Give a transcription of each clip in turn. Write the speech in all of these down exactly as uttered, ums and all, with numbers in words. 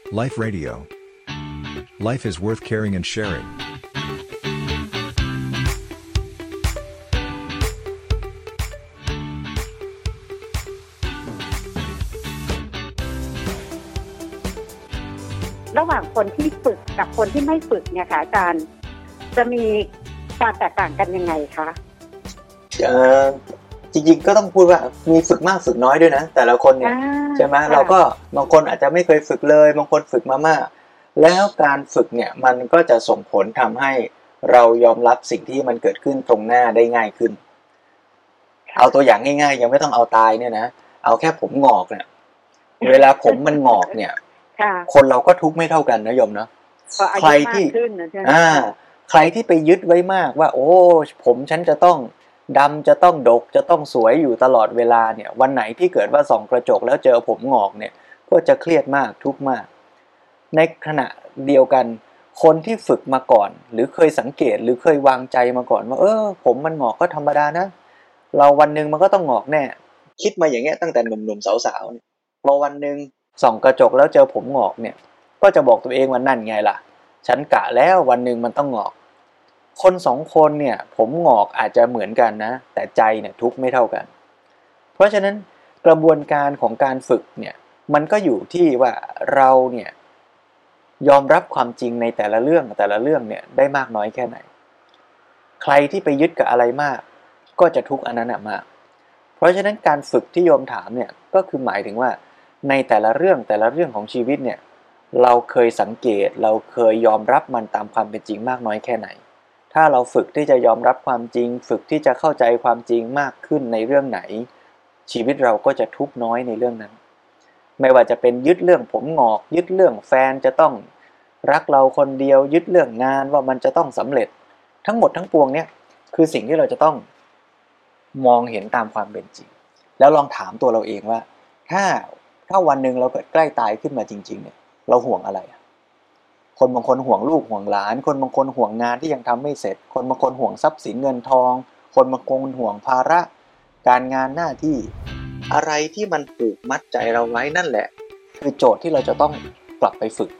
Life Radio. Life is worth caring and sharing. ระหว่างคนที่ฝึกกับคนที่ไม่ฝึกเนี่ยค่ะอาจารย์จะมีความแตกต่างกันยังไงคะเอ่อจริงๆก็ต้องพูดว่ามีฝึกมากฝึกน้อยด้วยนะแต่ละคนเนี่ยใช่ไหมเราก็บางคนอาจจะไม่เคยฝึกเลยบางคนฝึกมามากแล้วการฝึกเนี่ยมันก็จะส่งผลทำให้เรายอมรับสิ่งที่มันเกิดขึ้นตรงหน้าได้ง่ายขึ้นเอาตัวอย่างง่ายๆยังไม่ต้องเอาตายเนี่ยนะเอาแค่ผมงอกเนี่ยเวลาผมมันงอกเนี่ยคนเราก็ทุกข์ไม่เท่ากันนะโยมเนาะใครที่อ่าใครที่ไปยึดไว้มากว่าโอ้ผมฉันจะต้องดำจะต้องดกจะต้องสวยอยู่ตลอดเวลาเนี่ยวันไหนที่เกิดว่าส่องกระจกแล้วเจอผมงอกเนี่ยก็จะเครียดมากทุกข์มากในขณะเดียวกันคนที่ฝึกมาก่อนหรือเคยสังเกตหรือเคยวางใจมาก่อนว่าเออผมมันงอกก็ธรรมดานะเราวันนึงมันก็ต้องงอกแน่คิดมาอย่างเงี้ยตั้งแต่หนุ่มๆสาวๆพอวันนึงส่องกระจกแล้วเจอผมงอกเนี่ยก็จะบอกตัวเองว่านั่นไงล่ะฉันกะแล้ววันนึงมันต้องงอกคนสองคนเนี่ยผมงอกอาจจะเหมือนกันนะแต่ใจเนี่ยทุกข์ไม่เท่ากันเพราะฉะนั้นกระบวนการของการฝึกเนี่ยมันก็อยู่ที่ว่าเราเนี่ยยอมรับความจริงในแต่ละเรื่องแต่ละเรื่องเนี่ยได้มากน้อยแค่ไหนใครที่ไปยึดกับอะไรมากก็จะทุกข์อันนั้นมากเพราะฉะนั้นการฝึกที่โยมถามเนี่ยก็คือหมายถึงว่าในแต่ละเรื่องแต่ละเรื่องของชีวิตเนี่ยเราเคยสังเกตเราเคยยอมรับมันตามความเป็นจริงมากน้อยแค่ไหนถ้าเราฝึกที่จะยอมรับความจริงฝึกที่จะเข้าใจความจริงมากขึ้นในเรื่องไหนชีวิตเราก็จะทุกข์น้อยในเรื่องนั้นไม่ว่าจะเป็นยึดเรื่องผมงอกยึดเรื่องแฟนจะต้องรักเราคนเดียวยึดเรื่องงานว่ามันจะต้องสำเร็จทั้งหมดทั้งปวงเนี่ยคือสิ่งที่เราจะต้องมองเห็นตามความเป็นจริงแล้วลองถามตัวเราเองว่าถ้าถ้าวันหนึ่งเราเกิดใกล้ตายขึ้นมาจริงๆเนี่ยเราห่วงอะไรคนบางคนห่วงลูกห่วงหลานคนบางคนห่วงงานที่ยังทำไม่เสร็จคนบางคนห่วงทรัพย์สินเงินทองคนบางคนห่วงภาระการงานหน้าที่อะไรที่มันผูกมัดใจเราไว้นั่นแหละคือโจทย์ที่เราจะต้องกลับไปฝึก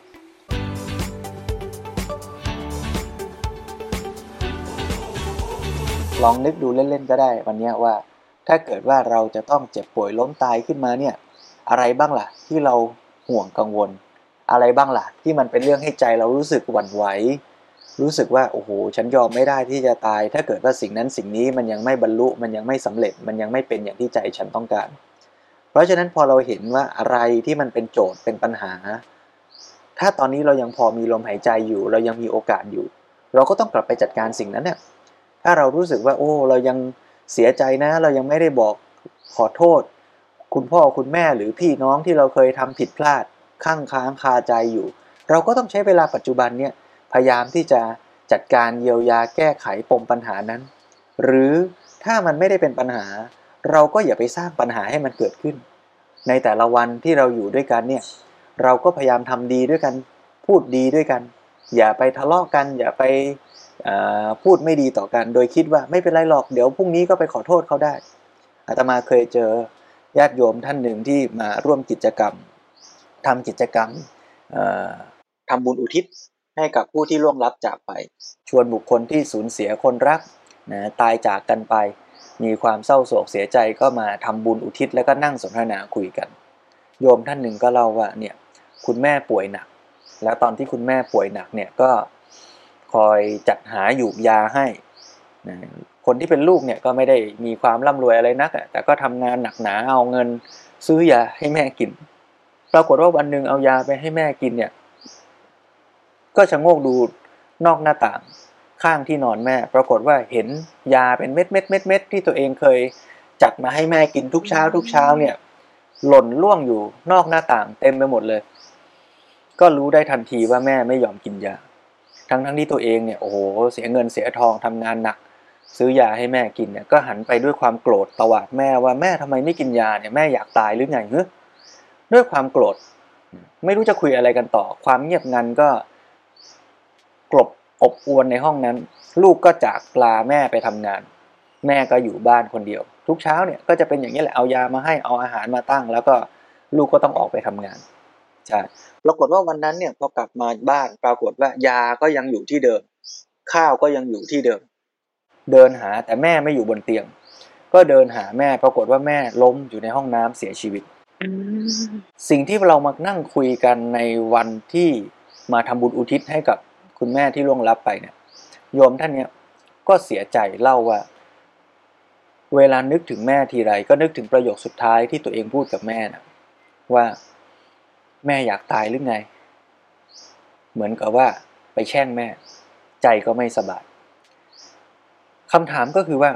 ลองนึกดูเล่นๆก็ได้วันนี้ว่าถ้าเกิดว่าเราจะต้องเจ็บป่วยล้มตายขึ้นมาเนี่ยอะไรบ้างล่ะที่เราห่วงกังวลอะไรบ้างล่ะที่มันเป็นเรื่องให้ใจเรารู้สึกหวั่นไหวรู้สึกว่าโอ้โหฉันยอมไม่ได้ที่จะตายถ้าเกิดว่าสิ่งนั้นสิ่งนี้มันยังไม่บรรลุมันยังไม่สำเร็จมันยังไม่เป็นอย่างที่ใจฉันต้องการเพราะฉะนั้นพอเราเห็นว่าอะไรที่มันเป็นโจทย์เป็นปัญหาถ้าตอนนี้เรายังพอมีลมหายใจอยู่เรายังมีโอกาสอยู่เราก็ต้องกลับไปจัดการสิ่งนั้นเนี่ยถ้าเรารู้สึกว่าโอ้เรายังเสียใจนะเรายังไม่ได้บอกขอโทษคุณพ่อคุณแม่หรือพี่น้องที่เราเคยทำผิดพลาดข้างค้างคาใจอยู่เราก็ต้องใช้เวลาปัจจุบันเนี่ยพยายามที่จะจัดการเยียวยาแก้ไขปมปัญหานั้นหรือถ้ามันไม่ได้เป็นปัญหาเราก็อย่าไปสร้างปัญหาให้มันเกิดขึ้นในแต่ละวันที่เราอยู่ด้วยกันเนี่ยเราก็พยายามทำดีด้วยกันพูดดีด้วยกันอย่าไปทะเลาะกันอย่าไปพูดไม่ดีต่อกันโดยคิดว่าไม่เป็นไรหรอกเดี๋ยวพรุ่งนี้ก็ไปขอโทษเขาได้อาตมาเคยเจอญาติโยมท่านหนึ่งที่มาร่วมกิจกรรมทำกิจกรรมทำบุญอุทิศให้กับผู้ที่ล่วงลับจากไปชวนบุคคลที่สูญเสียคนรักนะตายจากกันไปมีความเศร้าโศกเสียใจก็มาทำบุญอุทิศแล้วก็นั่งสนทนาคุยกันโยมท่านหนึ่งก็เล่าว่าเนี่ยคุณแม่ป่วยหนักแล้วตอนที่คุณแม่ป่วยหนักเนี่ยก็คอยจัดหาหยูกยาให้นะคนที่เป็นลูกเนี่ยก็ไม่ได้มีความร่ำรวยอะไรนักแต่ก็ทำงานหนักหนาเอาเงินซื้อยาให้แม่กินปรากฏว่าวันหนึ่งเอายาไปให้แม่กินเนี่ยก็ชะโงกดูนอกหน้าต่างข้างที่นอนแม่ปรากฏว่าเห็นยาเป็นเม็ดเม็ดเม็ดเม็ดที่ตัวเองเคยจัดมาให้แม่กินทุกเช้าทุกเช้าเนี่ยหล่นล่วงอยู่นอกหน้าต่างเต็มไปหมดเลยก็รู้ได้ทันทีว่าแม่ไม่ยอมกินยาทั้งทั้งที่ตัวเองเนี่ยโอ้โหเสียเงินเสียทองทำงานหนักซื้อยาให้แม่กินเนี่ยก็หันไปด้วยความโกรธตวาดแม่ว่าแม่ทำไมไม่กินยาเนี่ยแม่อยากตายหรือไงเฮ้ยด้วยความโกรธไม่รู้จะคุยอะไรกันต่อความเงียบงันก็กลบอบอวลในห้องนั้นลูกก็จากลาแม่ไปทำงานแม่ก็อยู่บ้านคนเดียวทุกเช้าเนี่ยก็จะเป็นอย่างนี้แหละเอายามาให้เอาอาหารมาตั้งแล้วก็ลูกก็ต้องออกไปทำงานใช่ปรากฏว่าวันนั้นเนี่ยพอกลับมาบ้านปรากฏว่ายาก็ยังอยู่ที่เดิมข้าวก็ยังอยู่ที่เดิมเดินหาแต่แม่ไม่อยู่บนเตียงก็เดินหาแม่ปรากฏว่าแม่ล้มอยู่ในห้องน้ำเสียชีวิตสิ่งที่เรามานั่งคุยกันในวันที่มาทำบุญอุทิศให้กับคุณแม่ที่ล่วงลับไปเนี่ยโยมท่านเนี้ยก็เสียใจเล่าว่าเวลานึกถึงแม่ทีไรก็นึกถึงประโยคสุดท้ายที่ตัวเองพูดกับแม่นะว่าแม่อยากตายหรือไงเหมือนกับว่าไปแช่งแม่ใจก็ไม่สบายคำถามก็คือว่า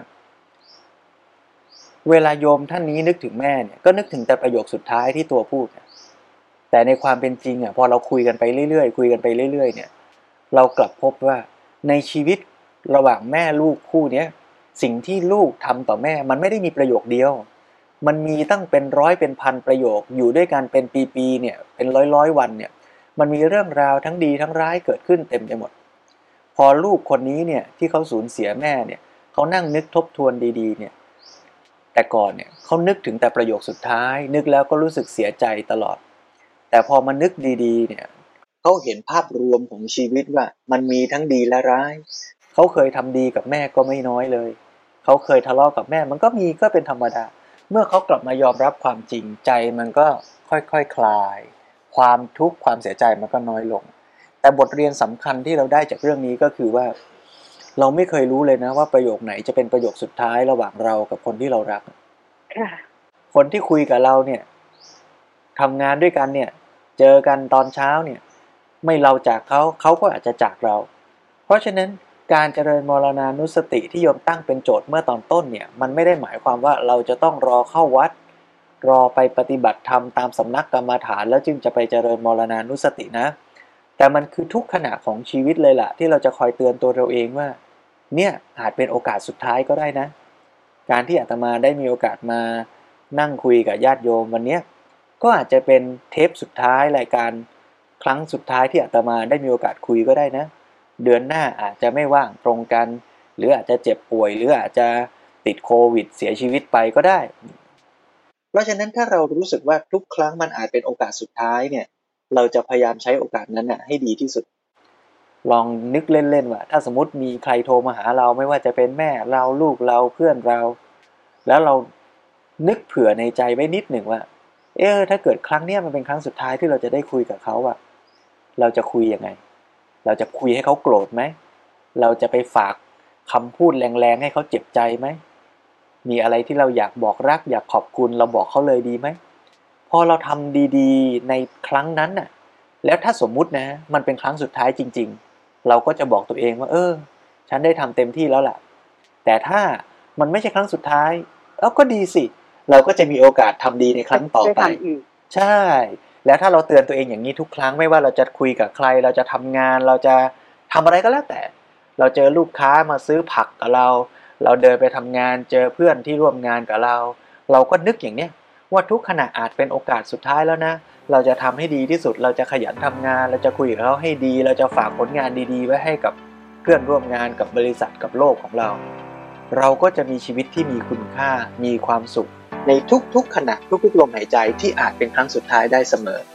เวลาโยมท่านนี้นึกถึงแม่เนี่ยก็นึกถึงแต่ประโยคสุดท้ายที่ตัวพูดนะแต่ในความเป็นจริงอ่ะพอเราคุยกันไปเรื่อยๆคุยกันไปเรื่อยๆเนี่ยเรากลับพบว่าในชีวิตระหว่างแม่ลูกคู่เนี้ยสิ่งที่ลูกทำต่อแม่มันไม่ได้มีประโยคเดียวมันมีตั้งเป็นร้อยเป็นพันประโยคอยู่ด้วยกันเป็นปีๆเนี่ยเป็นร้อยๆวันเนี่ยมันมีเรื่องราวทั้งดีทั้งร้ายเกิดขึ้นเต็มไปหมดพอลูกคนนี้เนี่ยที่เขาสูญเสียแม่เนี่ยเขานั่งนึกทบทวนดีๆเนี่ยแต่ก่อนเนี่ยเขานึกถึงแต่ประโยคสุดท้ายนึกแล้วก็รู้สึกเสียใจตลอดแต่พอมานึกดีๆเนี่ยเขาเห็นภาพรวมของชีวิตว่ามันมีทั้งดีและร้ายเขาเคยทำดีกับแม่ก็ไม่น้อยเลยเขาเคยทะเลาะกับแม่มันก็มีก็เป็นธรรมดาเมื่อเขากลับมายอมรับความจริงใจมันก็ค่อยๆ ค, คลายความทุกข์ความเสียใจมันก็น้อยลงแต่บทเรียนสำคัญที่เราได้จากเรื่องนี้ก็คือว่าเราไม่เคยรู้เลยนะว่าประโยคไหนจะเป็นประโยคสุดท้ายระหว่างเรากับคนที่เรารักคนที่คุยกับเราเนี่ยทำงานด้วยกันเนี่ยเจอกันตอนเช้าเนี่ยไม่เราจากเขาเขาก็อาจจะจากเราเพราะฉะนั้นการเจริญมรณานุสติที่โยมตั้งเป็นโจทย์เมื่อตอนต้นเนี่ยมันไม่ได้หมายความว่าเราจะต้องรอเข้าวัดรอไปปฏิบัติธรรมตามสำนักกรรมฐานแล้วจึงจะไปเจริญมรณานุสตินะแต่มันคือทุกขณะของชีวิตเลยล่ะที่เราจะคอยเตือนตัวเราเองว่าเนี่ยอาจเป็นโอกาสสุดท้ายก็ได้นะการที่อาตมาได้มีโอกาสมานั่งคุยกับญาติโยมวันนี้ก็อาจจะเป็นเทปสุดท้ายรายการครั้งสุดท้ายที่อาตมาได้มีโอกาสคุยก็ได้นะเดือนหน้าอาจจะไม่ว่างตรงกันหรืออาจจะเจ็บป่วยหรืออาจจะติดโควิดเสียชีวิตไปก็ได้เพราะฉะนั้นถ้าเรารู้สึกว่าทุกครั้งมันอาจเป็นโอกาสสุดท้ายเนี่ยเราจะพยายามใช้โอกาสนั้นน่ะให้ดีที่สุดลองนึกเล่นๆว่าถ้าสมมติมีใครโทรมาหาเราไม่ว่าจะเป็นแม่เราลูกเราเพื่อนเราแล้วเรานึกเผื่อในใจไว้นิดหนึ่งว่าเออถ้าเกิดครั้งเนี้ยมันเป็นครั้งสุดท้ายที่เราจะได้คุยกับเขาอะเราจะคุยยังไงเราจะคุยให้เขาโกรธไหมเราจะไปฝากคำพูดแรงๆให้เขาเจ็บใจไหมมีอะไรที่เราอยากบอกรักอยากขอบคุณเราบอกเขาเลยดีไหมพอเราทำดีๆในครั้งนั้นน่ะแล้วถ้าสมมุตินะมันเป็นครั้งสุดท้ายจริงๆเราก็จะบอกตัวเองว่าเออฉันได้ทำเต็มที่แล้วล่ะแต่ถ้ามันไม่ใช่ครั้งสุดท้ายเอ้าก็ดีสิเราก็จะมีโอกาสทำดีในครั้งต่อไปใช่แล้วถ้าเราเตือนตัวเองอย่างนี้ทุกครั้งไม่ว่าเราจะคุยกับใครเราจะทำงานเราจะทำอะไรก็แล้วแต่เราเจอลูกค้ามาซื้อผักกับเราเราเดินไปทำงานเจอเพื่อนที่ร่วมงานกับเราเราก็นึกอย่างเนี้ยว่าทุกขณะอาจเป็นโอกาสสุดท้ายแล้วนะเราจะทำให้ดีที่สุดเราจะขยันทำงานเราจะคุยกับเขาให้ดีเราจะฝากผลงานดีๆไว้ให้กับเพื่อนร่วมงานกับบริษัทกับโลกของเราเราก็จะมีชีวิตที่มีคุณค่ามีความสุขในทุกๆขณะทุกๆลมหายใจที่อาจเป็นครั้งสุดท้ายได้เสมอ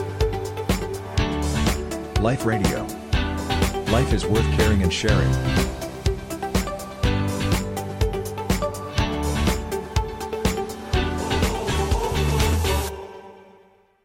Life Radio. Life is worth caring and sharing.